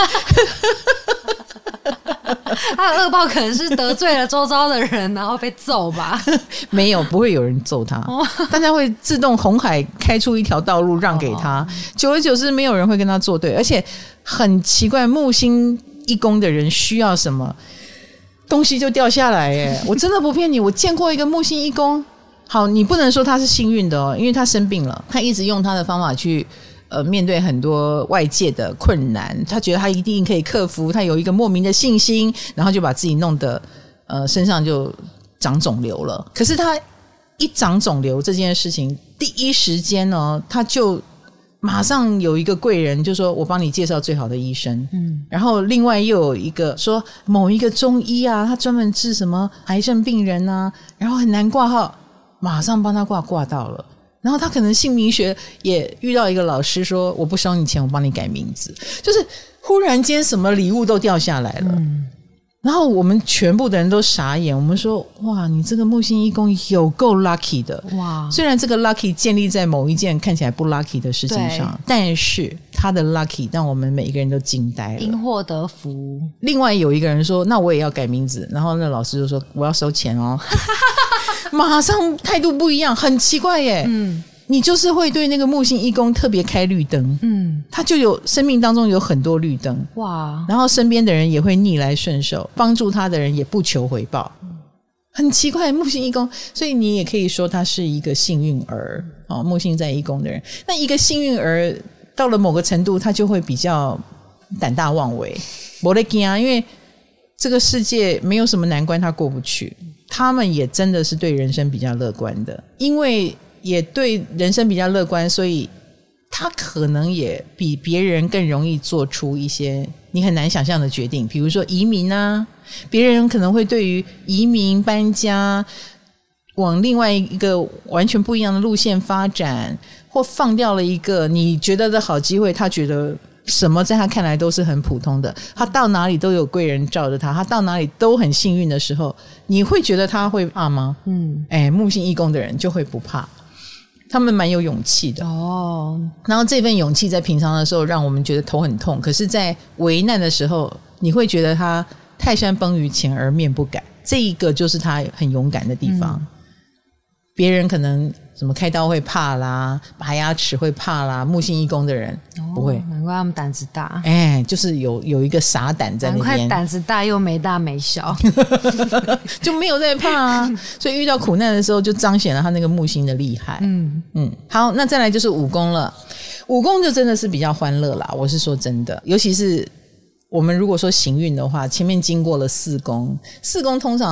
他的恶报可能是得罪了周遭的人然后被揍吧。 没有，不会有人揍他，大家会自动红海开出一条道路让给他，久而久之没有人会跟他作对。而且很奇怪，木星一宫的人需要什么东西就掉下来耶。我真的不骗你，我见过一个木星一宫，好，你不能说他是幸运的哦，因为他生病了，他一直用他的方法去呃，面对很多外界的困难，他觉得他一定可以克服，他有一个莫名的信心，然后就把自己弄得呃身上就长肿瘤了。可是他一长肿瘤这件事情，第一时间呢，他就马上有一个贵人就说我帮你介绍最好的医生，嗯，然后另外又有一个说某一个中医啊，他专门治什么癌症病人啊，然后很难挂号，马上帮他挂挂到了。然后他可能姓名学也遇到一个老师说我不收你钱，我帮你改名字，就是忽然间什么礼物都掉下来了、嗯、然后我们全部的人都傻眼，我们说哇，你这个木星一宫有够 lucky 的哇！虽然这个 lucky 建立在某一件看起来不 lucky 的事情上，但是他的 lucky 让我们每一个人都惊呆了， 因祸得福。 另外有一个人说那我也要改名字，然后那老师就说我要收钱哦。马上态度不一样，很奇怪耶。嗯，你就是会对那个木星一宫特别开绿灯，嗯，他就有生命当中有很多绿灯哇，然后身边的人也会逆来顺受，帮助他的人也不求回报，很奇怪木星一宫，所以你也可以说他是一个幸运儿哦，木星在一宫的人，那一个幸运儿到了某个程度，他就会比较胆大妄为，没在怕，因为这个世界没有什么难关他过不去。他们也真的是对人生比较乐观的，因为也对人生比较乐观，所以他可能也比别人更容易做出一些你很难想象的决定，比如说移民啊，别人可能会对于移民搬家往另外一个完全不一样的路线发展，或放掉了一个你觉得的好机会，他觉得什么在他看来都是很普通的，他到哪里都有贵人罩着他，他到哪里都很幸运的时候，你会觉得他会怕吗？嗯，哎，木星一宫的人就会不怕，他们蛮有勇气的哦。然后这份勇气在平常的时候让我们觉得头很痛，可是在危难的时候你会觉得他泰山崩于前而面不改，这一个就是他很勇敢的地方。嗯，别人可能什么开刀会怕啦，拔牙齿会怕啦，木星一宫的人、哦、不会， 难怪他们胆子大， 哎，就是有有一个傻胆在那边， 难怪胆子大又没大没小， 就没有在怕啊。所以遇到苦难的时候，就彰显了他那个木星的厉害。嗯嗯，好，那再来就是五宫了，五宫就真的是比较欢乐啦。我是说真的，尤其是我们如果说行运的话，前面经过了四宫，四宫通常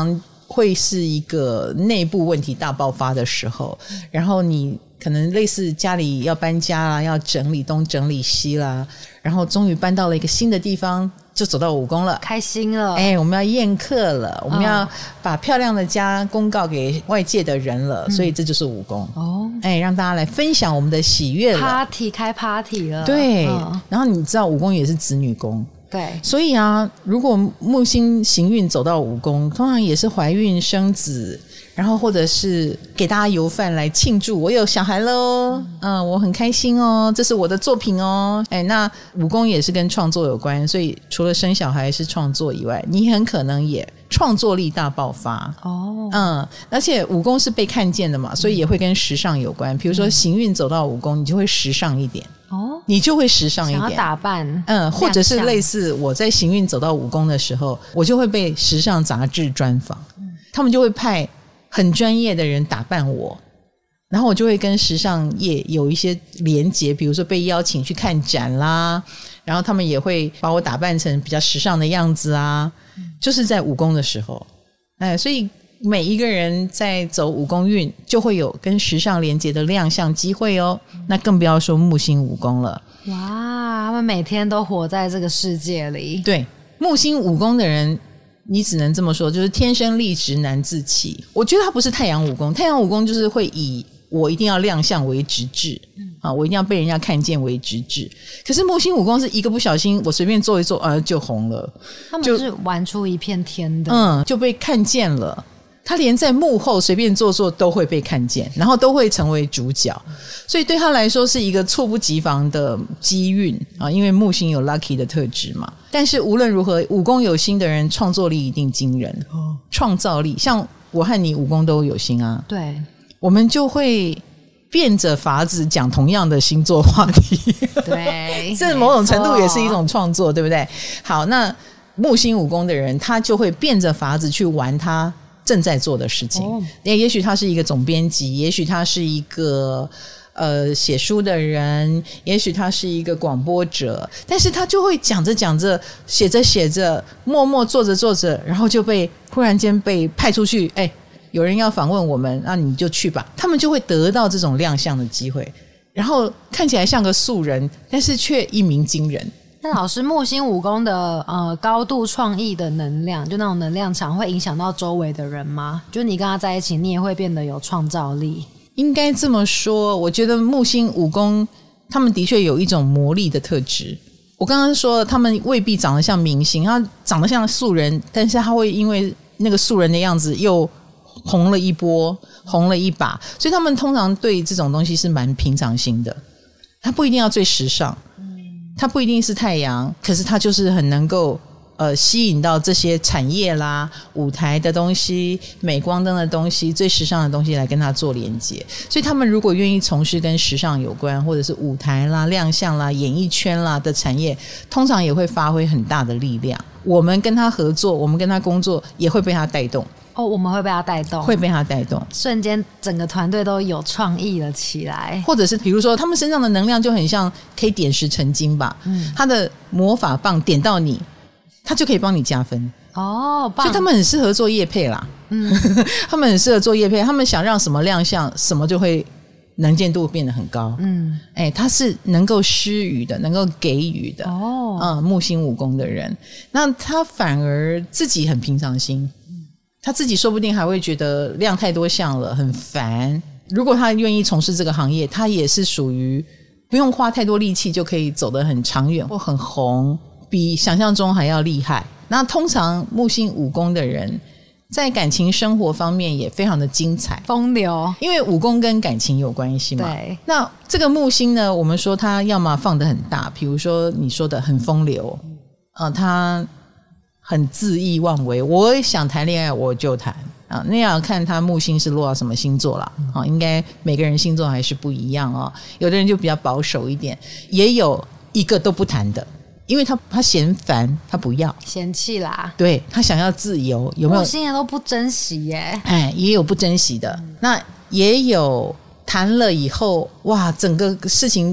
会是一个内部问题大爆发的时候，然后你可能类似家里要搬家啦，要整理东整理西啦，然后终于搬到了一个新的地方，就走到武功了， 开心了。 哎，我们要宴客了，我们要把漂亮的家公告给外界的人了，嗯、所以这就是武功哦。哎，让大家来分享我们的喜悦了 ，party 开 party 了。 对，嗯、然后你知道武功也是子女宫。 对， 所以啊，如果木星行运走到武宫，通常也是怀孕生子，然后或者是给大家油饭来庆祝我有小孩喽，嗯、呃，我很开心哦，这是我的作品哦。哎，那武宫也是跟创作有关，所以除了生小孩是创作以外，你很可能也创作力大爆发哦。嗯，而且武宫是被看见的嘛，所以也会跟时尚有关。比如说行运走到武宫，你就会时尚一点。哦，你就会时尚一点， 想要打扮， 嗯，或者是类似我在行运走到武宫的时候，我就会被时尚杂志专访，嗯、他们就会派很专业的人打扮我，然后我就会跟时尚业有一些连结，比如说被邀请去看展啦，然后他们也会把我打扮成比较时尚的样子啊，嗯、就是在武宫的时候，哎，所以每一个人在走武宫运就会有跟时尚连结的亮相机会哦，那更不要说木星武宫了。 哇，他们每天都活在这个世界里。 对，木星武宫的人你只能这么说，就是天生丽质难自弃。我觉得他不是太阳武宫，太阳武宫就是会以我一定要亮相为直至，嗯、啊，我一定要被人家看见为直至。可是木星武宫是一个不小心我随便做一做啊就红了， 他们是玩出一片天的， 嗯，就被看见了。他连在幕后随便做做都会被看见，然后都会成为主角，所以对他来说是一个猝不及防的机运啊！因为木星有 lucky 的特质嘛。但是无论如何，武宫有星的人创作力一定惊人，哦、创造力像我和你武宫都有星啊， 对， 我们就会变着法子讲同样的星座话题， 对， 这某种程度也是一种创作，对不对？好，那木星武宫的人，他就会变着法子去玩他正在做的事情，哦、也许他是一个总编辑，也许他是一个呃写书的人，也许他是一个广播者，但是他就会讲着讲着，写着写着，默默做着做着，然后就被忽然间被派出去，哎，有人要访问我们，那你就去吧。他们就会得到这种亮相的机会，然后看起来像个素人，但是却一鸣惊人。 那老师，木星武宫的呃高度创意的能量，就那种能量场会影响到周围的人吗？就你跟他在一起，你也会变得有创造力？ 应该这么说，我觉得木星武宫他们的确有一种魔力的特质。我刚刚说他们未必长得像明星，他长得像素人，但是他会因为那个素人的样子又红了一波，红了一把，所以他们通常对这种东西是蛮平常心的。他不一定要最时尚，它不一定是太阳，可是它就是很能够呃吸引到这些产业啦、舞台的东西、镁光灯的东西、最时尚的东西来跟它做连接。所以他们如果愿意从事跟时尚有关，或者是舞台啦、亮相啦、演艺圈啦的产业，通常也会发挥很大的力量。我们跟他合作，我们跟他工作，也会被他带动。 哦，我们会被他带动， 会被他带动， 瞬间整个团队都有创意了起来。或者是比如说他们身上的能量就很像可以点石成金吧，嗯，他的魔法棒点到你，他就可以帮你加分哦，棒，所以他们很适合做业配啦，嗯，他们很适合做业配，他们想让什么亮相，什么就会能见度变得很高，嗯，哎，他是能够施予的，能够给予的哦，嗯，木星武宫的人，那他反而自己很平常心。他自己说不定还会觉得亮太多相了很烦，如果他愿意从事这个行业，他也是属于不用花太多力气就可以走得很长远或很红，比想象中还要厉害。那通常木星武宫的人在感情生活方面也非常的精彩风流， 因为武宫跟感情有关系嘛。 对， 那这个木星呢，我们说他要么放得很大，比如说你说的很风流，呃，他很恣意妄为，我想谈恋爱我就谈啊，那要看他木星是落到什么星座啦，啊，应该每个人星座还是不一样哦。有的人就比较保守一点，也有一个都不谈的，因为他他嫌烦，他不要嫌弃啦， 对，他想要自由，有没有？ 木星人都不珍惜耶， 哎，也有不珍惜的，嗯、那也有谈了以后，哇，整个事情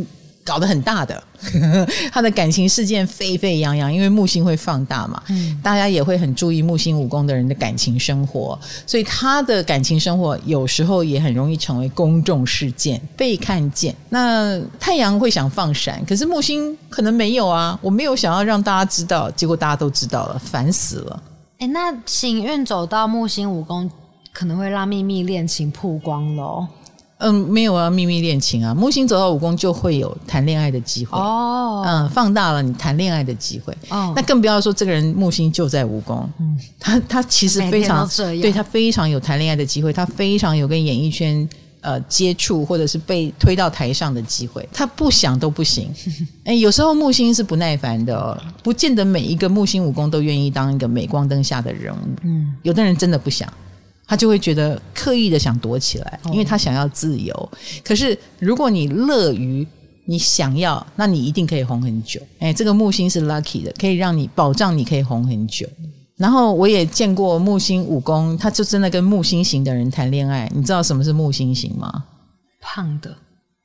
搞得很大的他的感情事件沸沸扬扬，因为木星会放大嘛、嗯、大家也会很注意木星武宫的人的感情生活，所以他的感情生活有时候也很容易成为公众事件被看见。那太阳会想放闪，可是木星可能没有啊，我没有想要让大家知道，结果大家都知道了，烦死了。 欸，那行运走到木星武宫可能会让秘密恋情曝光咯。 嗯，没有啊，秘密恋情啊，木星走到武宫就会有谈恋爱的机会哦，嗯，放大了你谈恋爱的机会哦。那更不要说这个人木星就在武宫，嗯，他他其实非常对他非常有谈恋爱的机会，他非常有跟演艺圈呃接触或者是被推到台上的机会，他不想都不行。哎，有时候木星是不耐烦的哦，不见得每一个木星武宫都愿意当一个镁光灯下的人物，嗯，有的人真的不想。他就会觉得刻意的想躲起来，因为他想要自由、哦、可是如果你乐于你想要，那你一定可以红很久。哎，这个木星是 lucky 的，可以让你保障你可以红很久。然后我也见过木星武宫，他就真的跟木星型的人谈恋爱。你知道什么是木星型吗？ 胖的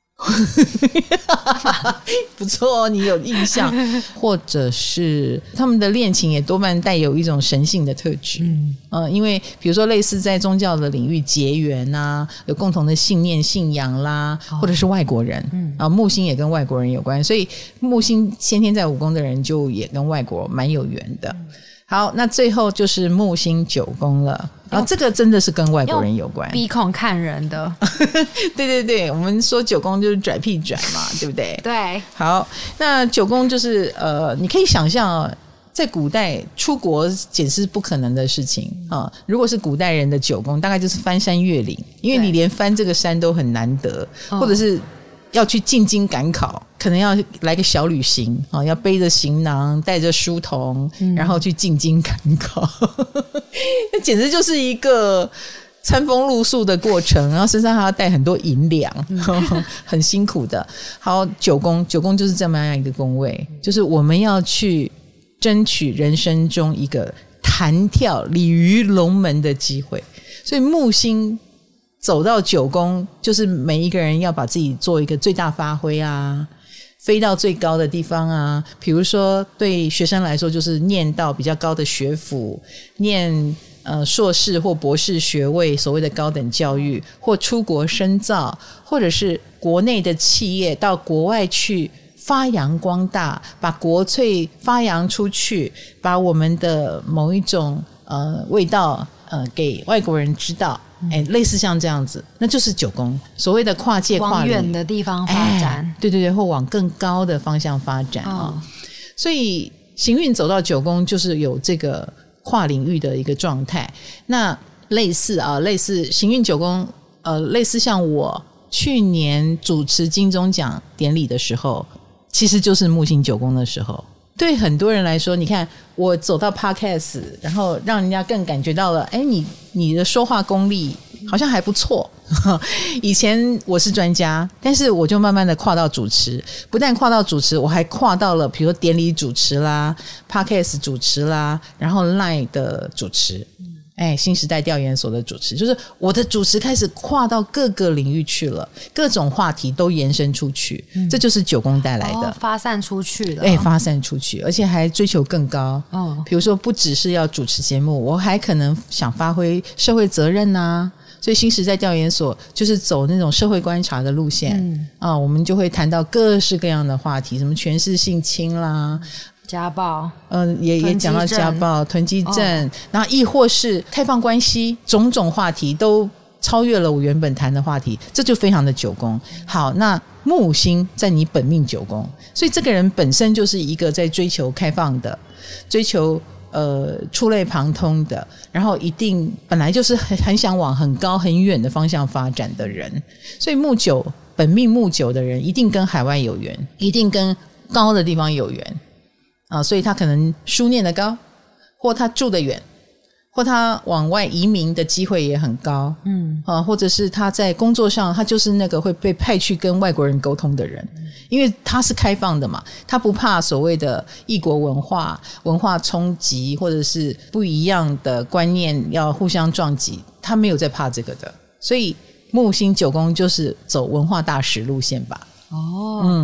不错、哦、你有印象。或者是他们的恋情也多半带有一种神性的特质、嗯呃、因为比如说类似在宗教的领域结缘啊，有共同的信念信仰啦、哦、或者是外国人、嗯啊、木星也跟外国人有关，所以木星先天在武宫的人就也跟外国蛮有缘的、嗯。好，那最后就是木星九宫了，然后这个真的是跟外国人有关， 鼻孔看人的对对对，我们说九宫就是拽屁拽嘛，对不对？ 对。 好，那九宫就是呃，你可以想象在古代出国简直是不可能的事情啊！如果是古代人的九宫，大概就是翻山越岭，因为你连翻这个山都很难得，或者是要去进京赶考，可能要来个小旅行啊，要背着行囊带着书童、嗯、然后去进京赶考那简直就是一个餐风露宿的过程，然后身上还要带很多银两、嗯、很辛苦的。好，九宫九宫就是这么样一个宫位，就是我们要去争取人生中一个弹跳鲤鱼龙门的机会，所以木星走到九宫，就是每一个人要把自己做一个最大发挥啊，飞到最高的地方啊。比如说对学生来说，就是念到比较高的学府，念呃硕士或博士学位，所谓的高等教育，或出国深造，或者是国内的企业到国外去发扬光大，把国粹发扬出去，把我们的某一种呃味道呃给外国人知道。哎，类似像这样子，那就是九宫所谓的跨界跨领往远的地方发展、 哎、对对对，或往更高的方向发展啊、哦。所以行运走到九宫就是有这个跨领域的一个状态。那类似啊，类似行运九宫，呃，类似像我去年主持金钟奖典礼的时候，其实就是木星九宫的时候。对很多人来说，你看我走到 podcast， 然后让人家更感觉到了，哎，你你的说话功力好像还不错。以前我是专家，但是我就慢慢的跨到主持，不但跨到主持，我还跨到了比如说典礼主持啦 podcast 主持啦，然后 line 的主持，哎，新时代调研所的主持，就是我的主持开始跨到各个领域去了，各种话题都延伸出去、嗯、这就是九宫带来的、 哦、发散出去了。 哎，发散出去，而且还追求更高。哦，比如说不只是要主持节目，我还可能想发挥社会责任啊，所以新时代调研所就是走那种社会观察的路线、嗯啊、我们就会谈到各式各样的话题，什么权势性侵啦， 家暴， 嗯，也也讲到家暴、囤积症、哦，然后亦或是开放关系，种种话题都超越了我原本谈的话题，这就非常的九宫。好，那木星在你本命九宫，所以这个人本身就是一个在追求开放的，追求呃触类旁通的，然后一定本来就是很很想往很高很远的方向发展的人，所以木九本命木九的人一定跟海外有缘，一定跟高的地方有缘。啊，所以他可能书念得高，或他住得远，或他往外移民的机会也很高，嗯，啊，或者是他在工作上，他就是那个会被派去跟外国人沟通的人，因为他是开放的嘛，他不怕所谓的异国文化、文化冲击，或者是不一样的观念要互相撞击，他没有在怕这个的，所以木星九宫就是走文化大使路线吧。 哦，嗯。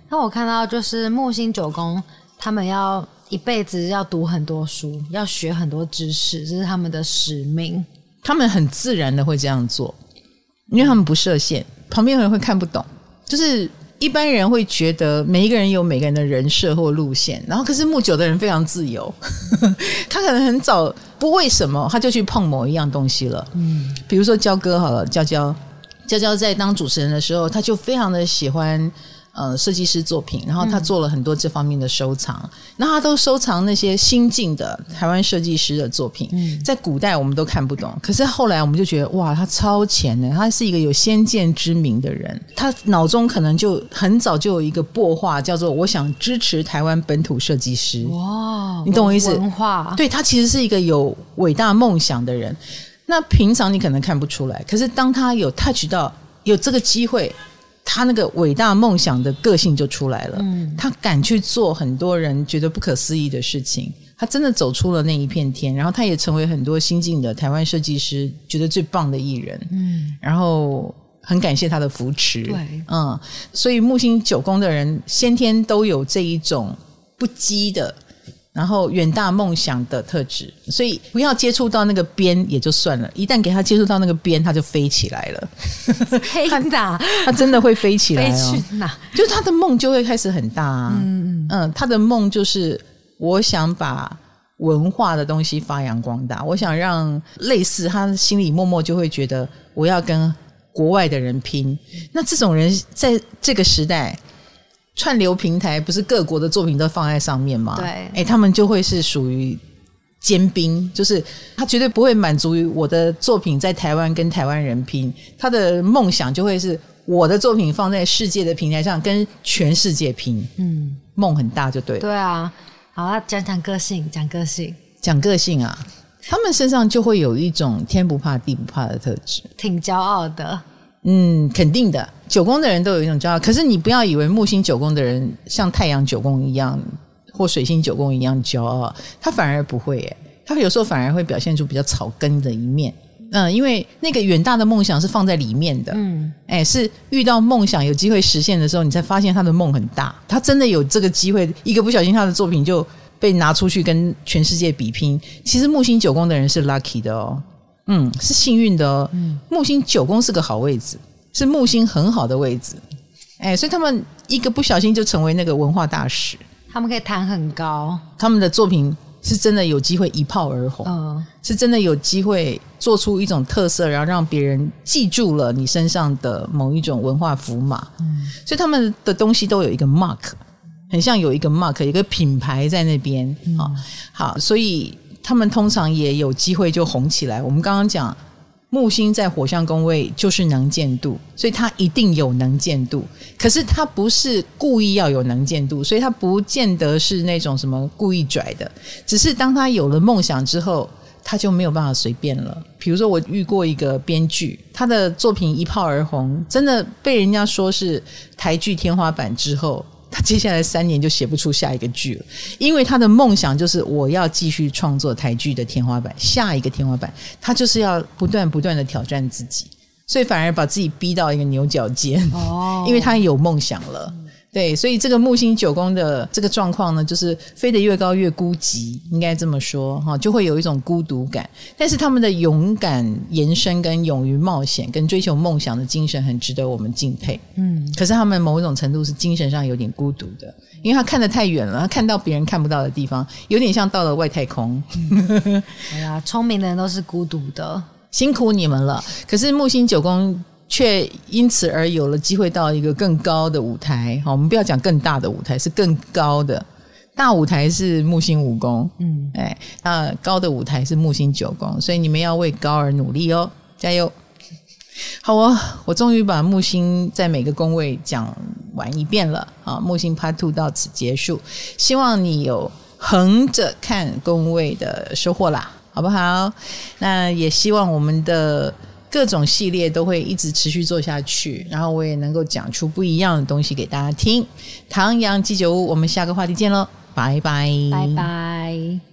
那我看到就是木星九宫，他们要一辈子要读很多书，要学很多知识，这是他们的使命。 他们很自然的会这样做，因为他们不设限，旁边的人会看不懂。就是一般人会觉得每一个人有每个人的人设或路线，然后可是木九的人非常自由他可能很早不为什么他就去碰某一样东西了。嗯，比如说焦哥好了，娇娇娇娇在当主持人的时候，他就非常的喜欢呃设计师作品，然后他做了很多这方面的收藏，那、嗯、他都收藏那些新进的台湾设计师的作品、嗯、在古代我们都看不懂，可是后来我们就觉得哇他超前的，他是一个有先见之明的人，他脑中可能就很早就有一个擘画叫做我想支持台湾本土设计师。哇，你懂我意思？文化，对，他其实是一个有伟大梦想的人，那平常你可能看不出来，可是当他有 touch 到有这个机会，他那个伟大梦想的个性就出来了、嗯、他敢去做很多人觉得不可思议的事情，他真的走出了那一片天，然后他也成为很多新进的台湾设计师觉得最棒的艺人、嗯、然后很感谢他的扶持。对，嗯，所以木星九宫的人先天都有这一种不羁的然后远大梦想的特质，所以不要接触到那个边也就算了，一旦给他接触到那个边他就飞起来了飞哪？ 他真的会飞起来哦， 飞去哪？ 就他的梦就会开始很大啊。嗯嗯，他的梦就是我想把文化的东西发扬光大，我想让类似他心里默默就会觉得我要跟国外的人拼，那这种人在这个时代串流平台不是各国的作品都放在上面吗？对，哎，他们就会是属于尖兵，就是他绝对不会满足于我的作品在台湾跟台湾人拼，他的梦想就会是我的作品放在世界的平台上跟全世界拼。嗯，梦很大就对了。 对啊，好，讲讲个性，讲个性， 讲个性啊，他们身上就会有一种天不怕地不怕的特质， 挺骄傲的。 嗯，肯定的，九宫的人都有一种骄傲，可是你不要以为木星九宫的人像太阳九宫一样或水星九宫一样骄傲，他反而不会耶，他有时候反而会表现出比较草根的一面。嗯，因为那个远大的梦想是放在里面的，嗯，哎，是遇到梦想有机会实现的时候，你才发现他的梦很大，他真的有这个机会，一个不小心他的作品就被拿出去跟全世界比拼。其实木星九宫的人是 lucky 的哦，嗯，是幸运的哦。嗯，木星九宫是个好位置，是木星很好的位置，哎，所以他们一个不小心就成为那个文化大使。 他们可以弹很高， 他们的作品是真的有机会一炮而红，嗯，是真的有机会做出一种特色，然后让别人记住了你身上的某一种文化符码。嗯，所以他们的东西都有一个 mark， 很像有一个 mark， 有一个品牌在那边。嗯，好，好，所以他们通常也有机会就红起来。我们刚刚讲木星在火象宫位就是能见度，所以他一定有能见度，可是他不是故意要有能见度，所以他不见得是那种什么故意拽的，只是当他有了梦想之后他就没有办法随便了。比如说我遇过一个编剧，他的作品一炮而红，真的被人家说是台剧天花板之后，他接下来三年就写不出下一个剧了，因为他的梦想就是我要继续创作台剧的天花板，下一个天花板，他就是要不断不断的挑战自己，所以反而把自己逼到一个牛角尖。哦，因为他有梦想了。对，所以这个木星九宫的这个状况呢，就是飞得越高越孤寂，应该这么说，就会有一种孤独感，但是他们的勇敢延伸跟勇于冒险跟追求梦想的精神很值得我们敬佩。嗯，可是他们某种程度是精神上有点孤独的，因为他看得太远了，他看到别人看不到的地方，有点像到了外太空。 嗯，哎呀，聪明的人都是孤独的， 辛苦你们了。可是木星九宫却因此而有了机会到一个更高的舞台。好，我们不要讲更大的舞台，是更高的。大舞台是木星五宫，嗯，哎，那高的舞台是木星九宫，所以你们要为高而努力哦，加油！好哦，我终于把木星在每个宫位讲完一遍了啊！木星 Part 二 到此结束，希望你有横着看宫位的收获啦，好不好？那也希望我们的各种系列都会一直持续做下去，然后我也能够讲出不一样的东西给大家听。唐阳鸡酒屋，我们下个话题见咯，拜拜， 拜拜。